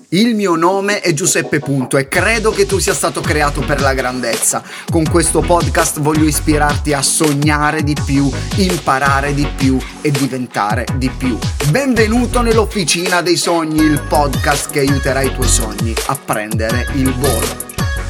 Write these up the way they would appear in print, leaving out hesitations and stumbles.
Il mio nome è Giuseppe Punto e credo che tu sia stato creato per la grandezza. Con questo podcast voglio ispirarti a sognare di più, imparare di più e diventare di più. Benvenuto nell'Officina dei Sogni, il podcast che aiuterà i tuoi sogni a prendere il volo.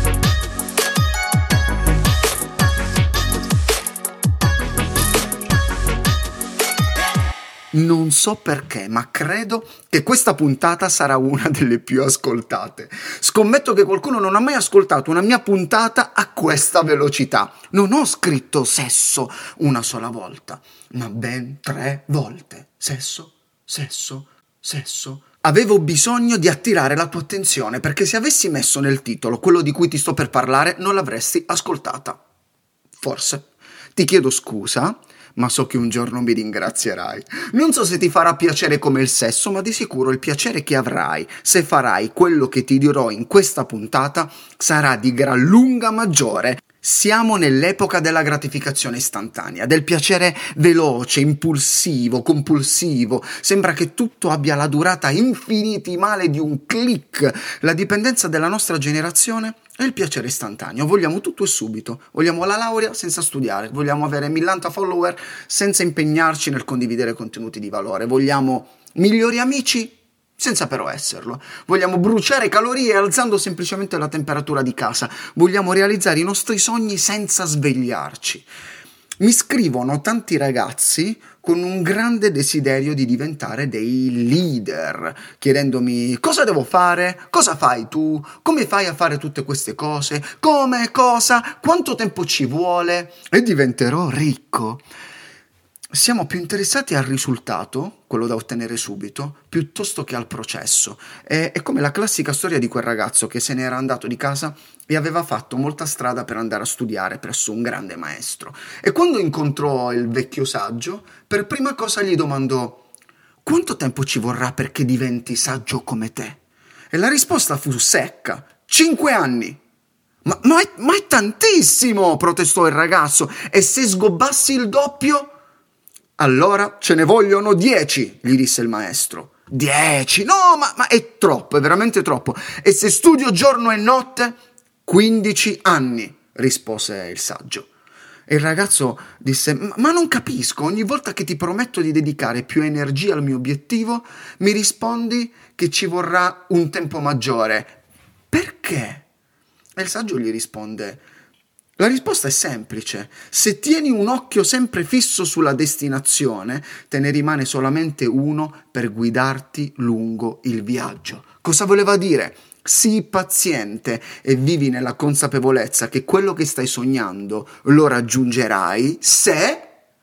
Non so perché, ma credo che questa puntata sarà una delle più ascoltate. Scommetto che qualcuno non ha mai ascoltato una mia puntata a questa velocità. Non ho scritto sesso una sola volta, ma ben 3 volte. Sesso, sesso, sesso. Avevo bisogno di attirare la tua attenzione, perché se avessi messo nel titolo quello di cui ti sto per parlare, non l'avresti ascoltata. Forse. Ti chiedo scusa, ma so che un giorno mi ringrazierai. Non so se ti farà piacere come il sesso, ma di sicuro il piacere che avrai se farai quello che ti dirò in questa puntata sarà di gran lunga maggiore. Siamo nell'epoca della gratificazione istantanea, del piacere veloce, impulsivo, compulsivo. Sembra che tutto abbia la durata infinitesimale di un click. La dipendenza della nostra generazione è il piacere istantaneo. Vogliamo tutto e subito. Vogliamo la laurea senza studiare. Vogliamo avere 1000 follower senza impegnarci nel condividere contenuti di valore. Vogliamo migliori amici senza però esserlo. Vogliamo bruciare calorie alzando semplicemente la temperatura di casa. Vogliamo realizzare i nostri sogni senza svegliarci. Mi scrivono tanti ragazzi con un grande desiderio di diventare dei leader, chiedendomi cosa devo fare, cosa fai tu, come fai a fare tutte queste cose, come, cosa, quanto tempo ci vuole e diventerò ricco. Siamo più interessati al risultato, quello da ottenere subito, piuttosto che al processo. È come la classica storia di quel ragazzo che se ne era andato di casa e aveva fatto molta strada per andare a studiare presso un grande maestro. E quando incontrò il vecchio saggio, per prima cosa gli domandò: quanto tempo ci vorrà perché diventi saggio come te? E la risposta fu secca: 5 anni. Ma è tantissimo, protestò il ragazzo, e se sgobbassi il doppio? Allora ce ne vogliono 10, gli disse il maestro. 10? No, ma è troppo, è veramente troppo. E se studio giorno e notte? 15 anni, rispose il saggio. E il ragazzo disse: ma non capisco, ogni volta che ti prometto di dedicare più energia al mio obiettivo, mi rispondi che ci vorrà un tempo maggiore. Perché? E il saggio gli risponde: la risposta è semplice. Se tieni un occhio sempre fisso sulla destinazione, te ne rimane solamente uno per guidarti lungo il viaggio. Cosa voleva dire? Sii paziente e vivi nella consapevolezza che quello che stai sognando lo raggiungerai se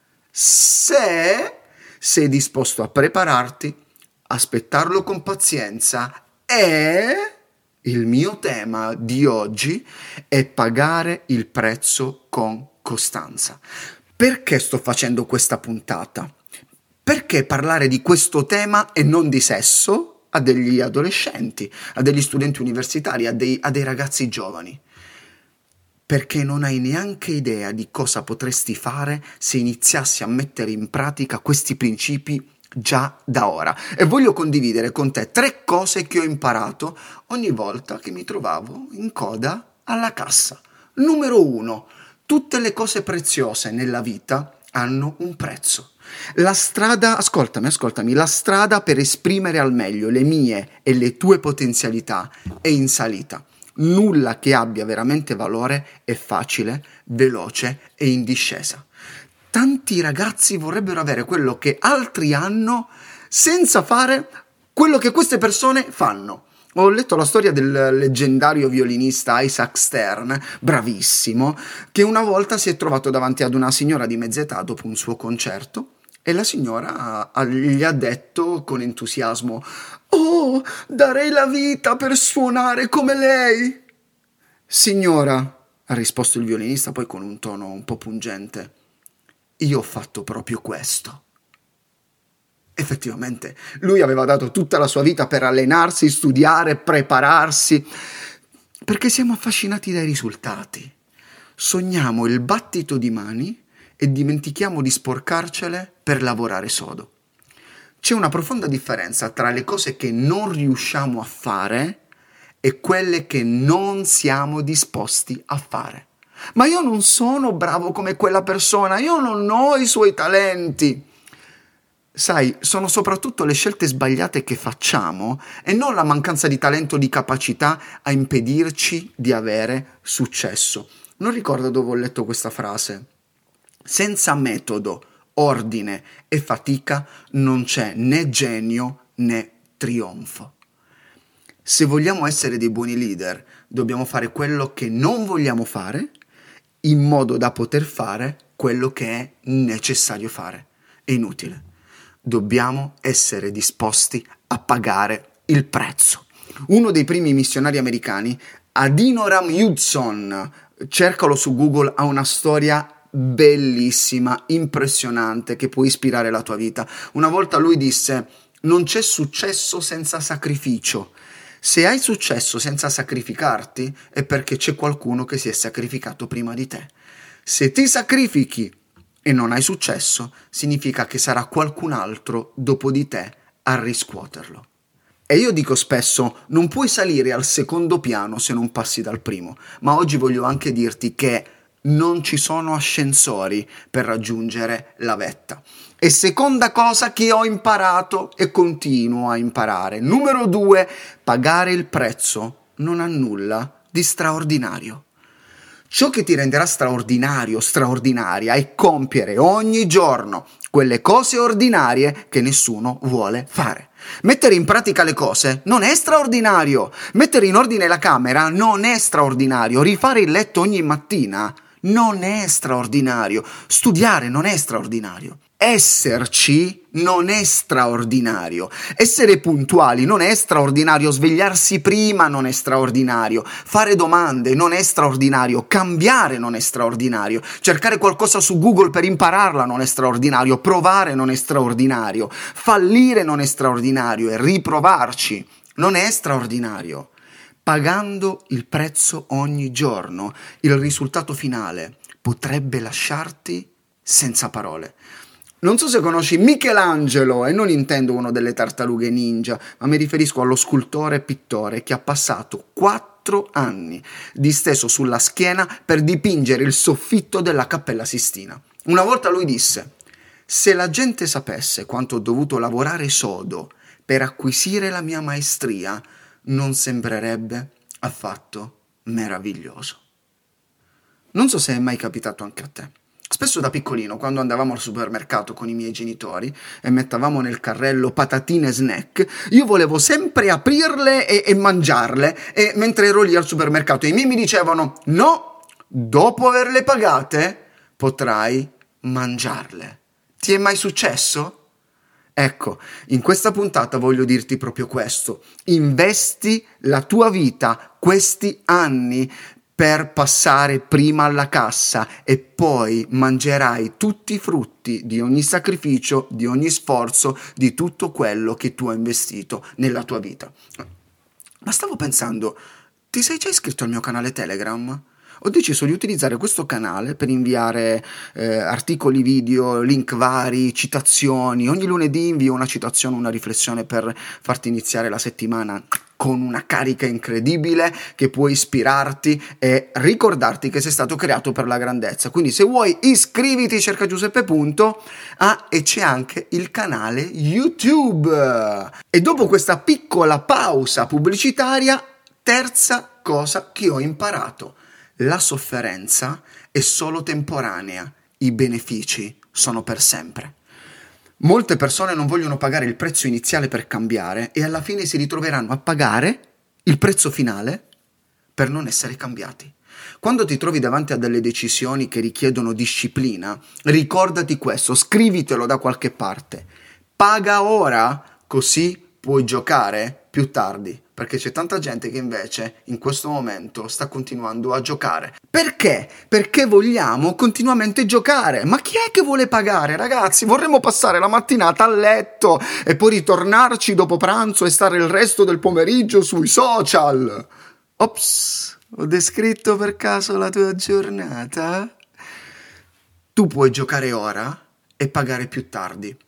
sei disposto a prepararti, aspettarlo con pazienza e... Il mio tema di oggi è pagare il prezzo con costanza. Perché sto facendo questa puntata? Perché parlare di questo tema e non di sesso a degli adolescenti, a degli studenti universitari, a dei ragazzi giovani? Perché non hai neanche idea di cosa potresti fare se iniziassi a mettere in pratica questi principi già da ora. E voglio condividere con te 3 cose che ho imparato ogni volta che mi trovavo in coda alla cassa. Numero 1. Tutte le cose preziose nella vita hanno un prezzo. La strada, ascoltami, la strada per esprimere al meglio le mie e le tue potenzialità è in salita. Nulla che abbia veramente valore è facile, veloce e in discesa. Tanti ragazzi vorrebbero avere quello che altri hanno senza fare quello che queste persone fanno. Ho letto la storia del leggendario violinista Isaac Stern, bravissimo, che una volta si è trovato davanti ad una signora di mezza età dopo un suo concerto e la signora gli ha detto con entusiasmo: «Oh, darei la vita per suonare come lei!» «Signora», ha risposto il violinista poi con un tono un po' pungente, «io ho fatto proprio questo». Effettivamente, lui aveva dato tutta la sua vita per allenarsi, studiare, prepararsi, perché siamo affascinati dai risultati. Sogniamo il battito di mani e dimentichiamo di sporcarcele per lavorare sodo. C'è una profonda differenza tra le cose che non riusciamo a fare e quelle che non siamo disposti a fare. Ma io non sono bravo come quella persona, io non ho i suoi talenti. Sai, sono soprattutto le scelte sbagliate che facciamo e non la mancanza di talento o di capacità a impedirci di avere successo. Non ricordo dove ho letto questa frase. Senza metodo, ordine e fatica non c'è né genio né trionfo. Se vogliamo essere dei buoni leader, dobbiamo fare quello che non vogliamo fare in modo da poter fare quello che è necessario fare. È inutile. Dobbiamo essere disposti a pagare il prezzo. Uno dei primi missionari americani, Adoniram Judson, cercalo su Google, ha una storia bellissima, impressionante, che può ispirare la tua vita. Una volta lui disse: non c'è successo senza sacrificio. Se hai successo senza sacrificarti è perché c'è qualcuno che si è sacrificato prima di te. Se ti sacrifichi e non hai successo, significa che sarà qualcun altro dopo di te a riscuoterlo. E io dico spesso, non puoi salire al secondo piano se non passi dal primo, ma oggi voglio anche dirti che non ci sono ascensori per raggiungere la vetta. E seconda cosa che ho imparato e continuo a imparare. Numero 2, pagare il prezzo non ha nulla di straordinario. Ciò che ti renderà straordinario, straordinaria, è compiere ogni giorno quelle cose ordinarie che nessuno vuole fare. Mettere in pratica le cose non è straordinario. Mettere in ordine la camera non è straordinario. Rifare il letto ogni mattina non è straordinario. Studiare non è straordinario. Esserci non è straordinario. Essere puntuali non è straordinario. Svegliarsi prima non è straordinario. Fare domande non è straordinario. Cambiare non è straordinario. Cercare qualcosa su Google per impararla non è straordinario. Provare non è straordinario. Fallire non è straordinario. E riprovarci non è straordinario. Pagando il prezzo ogni giorno, il risultato finale potrebbe lasciarti senza parole. Non so se conosci Michelangelo, e non intendo uno delle tartarughe ninja, ma mi riferisco allo scultore e pittore che ha passato 4 anni disteso sulla schiena per dipingere il soffitto della Cappella Sistina. Una volta lui disse: se la gente sapesse quanto ho dovuto lavorare sodo per acquisire la mia maestria, non sembrerebbe affatto meraviglioso. Non so se è mai capitato anche a te. Spesso da piccolino, quando andavamo al supermercato con i miei genitori e mettavamo nel carrello patatine snack, io volevo sempre aprirle e mangiarle, e mentre ero lì al supermercato i miei mi dicevano: no, dopo averle pagate potrai mangiarle. Ti è mai successo? Ecco, in questa puntata voglio dirti proprio questo. Investi la tua vita, questi anni, per passare prima alla cassa e poi mangerai tutti i frutti di ogni sacrificio, di ogni sforzo, di tutto quello che tu hai investito nella tua vita. Ma stavo pensando, ti sei già iscritto al mio canale Telegram? Ho deciso di utilizzare questo canale per inviare articoli video, link vari, citazioni. Ogni lunedì invio una citazione, una riflessione per farti iniziare la settimana con una carica incredibile che può ispirarti e ricordarti che sei stato creato per la grandezza. Quindi se vuoi iscriviti, cerca Giuseppe Punto. E c'è anche il canale YouTube. E dopo questa piccola pausa pubblicitaria, terza cosa che ho imparato: la sofferenza è solo temporanea, i benefici sono per sempre. Molte persone non vogliono pagare il prezzo iniziale per cambiare e alla fine si ritroveranno a pagare il prezzo finale per non essere cambiati. Quando ti trovi davanti a delle decisioni che richiedono disciplina, ricordati questo, scrivitelo da qualche parte. Paga ora, così puoi giocare più tardi, perché c'è tanta gente che invece in questo momento sta continuando a giocare. Perché? Perché vogliamo continuamente giocare. Ma chi è che vuole pagare, ragazzi? Vorremmo passare la mattinata a letto e poi ritornarci dopo pranzo e stare il resto del pomeriggio sui social. Ops, ho descritto per caso la tua giornata? Tu puoi giocare ora e pagare più tardi.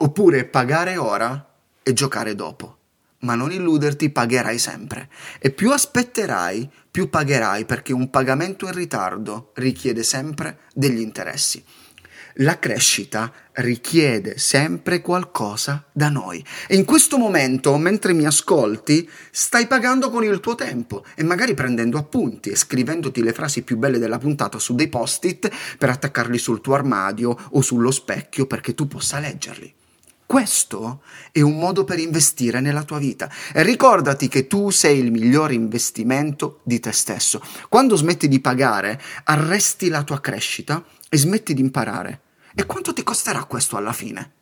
oppure pagare ora e giocare dopo. Ma non illuderti, pagherai sempre. E più aspetterai, più pagherai, perché un pagamento in ritardo richiede sempre degli interessi. La crescita richiede sempre qualcosa da noi. E in questo momento, mentre mi ascolti, stai pagando con il tuo tempo e magari prendendo appunti e scrivendoti le frasi più belle della puntata su dei post-it per attaccarli sul tuo armadio o sullo specchio perché tu possa leggerli. Questo è un modo per investire nella tua vita. E ricordati che tu sei il migliore investimento di te stesso. Quando smetti di pagare, arresti la tua crescita e smetti di imparare. E quanto ti costerà questo alla fine?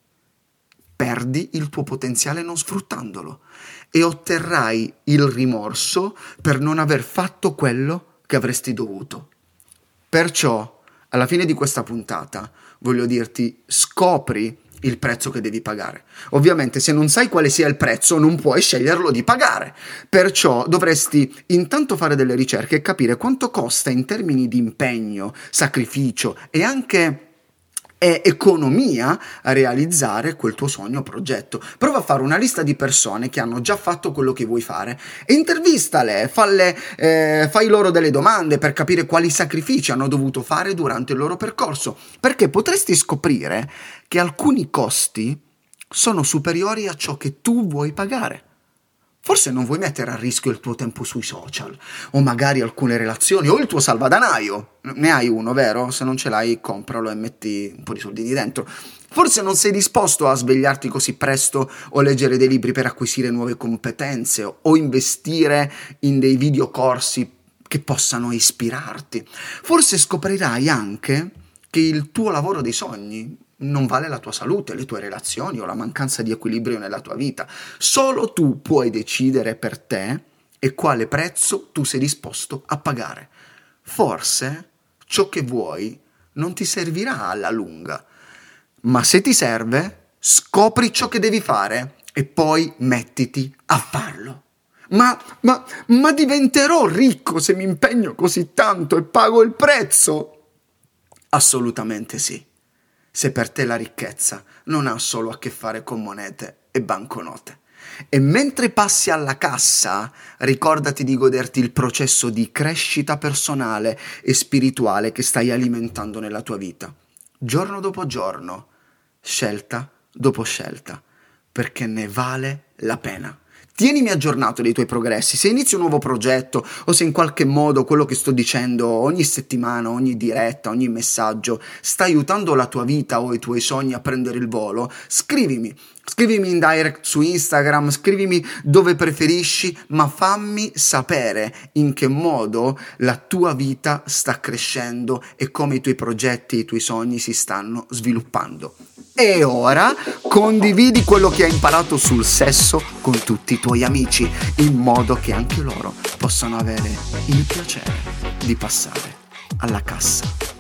Perdi il tuo potenziale non sfruttandolo e otterrai il rimorso per non aver fatto quello che avresti dovuto. Perciò, alla fine di questa puntata, voglio dirti, scopri il prezzo che devi pagare. Ovviamente se non sai quale sia il prezzo non puoi sceglierlo di pagare, perciò dovresti intanto fare delle ricerche e capire quanto costa in termini di impegno, sacrificio e anche economia a realizzare quel tuo sogno o progetto. Prova a fare una lista di persone che hanno già fatto quello che vuoi fare e intervistale, fai loro delle domande per capire quali sacrifici hanno dovuto fare durante il loro percorso, perché potresti scoprire che alcuni costi sono superiori a ciò che tu vuoi pagare. Forse non vuoi mettere a rischio il tuo tempo sui social, o magari alcune relazioni, o il tuo salvadanaio. Ne hai uno, vero? Se non ce l'hai, compralo e metti un po' di soldini dentro. Forse non sei disposto a svegliarti così presto o leggere dei libri per acquisire nuove competenze, o investire in dei videocorsi che possano ispirarti. Forse scoprirai anche che il tuo lavoro dei sogni non vale la tua salute, le tue relazioni o la mancanza di equilibrio nella tua vita. Solo tu puoi decidere per te e quale prezzo tu sei disposto a pagare. Forse ciò che vuoi non ti servirà alla lunga, ma se ti serve, scopri ciò che devi fare e poi mettiti a farlo. Ma diventerò ricco se mi impegno così tanto e pago il prezzo? Assolutamente sì. Se per te la ricchezza non ha solo a che fare con monete e banconote. E mentre passi alla cassa, ricordati di goderti il processo di crescita personale e spirituale che stai alimentando nella tua vita, giorno dopo giorno, scelta dopo scelta, perché ne vale la pena. Tienimi aggiornato dei tuoi progressi, se inizi un nuovo progetto o se in qualche modo quello che sto dicendo ogni settimana, ogni diretta, ogni messaggio sta aiutando la tua vita o i tuoi sogni a prendere il volo, scrivimi in direct su Instagram, scrivimi dove preferisci, ma fammi sapere in che modo la tua vita sta crescendo e come i tuoi progetti e i tuoi sogni si stanno sviluppando. E ora condividi quello che hai imparato sul sesso con tutti i tuoi amici, in modo che anche loro possano avere il piacere di passare alla cassa.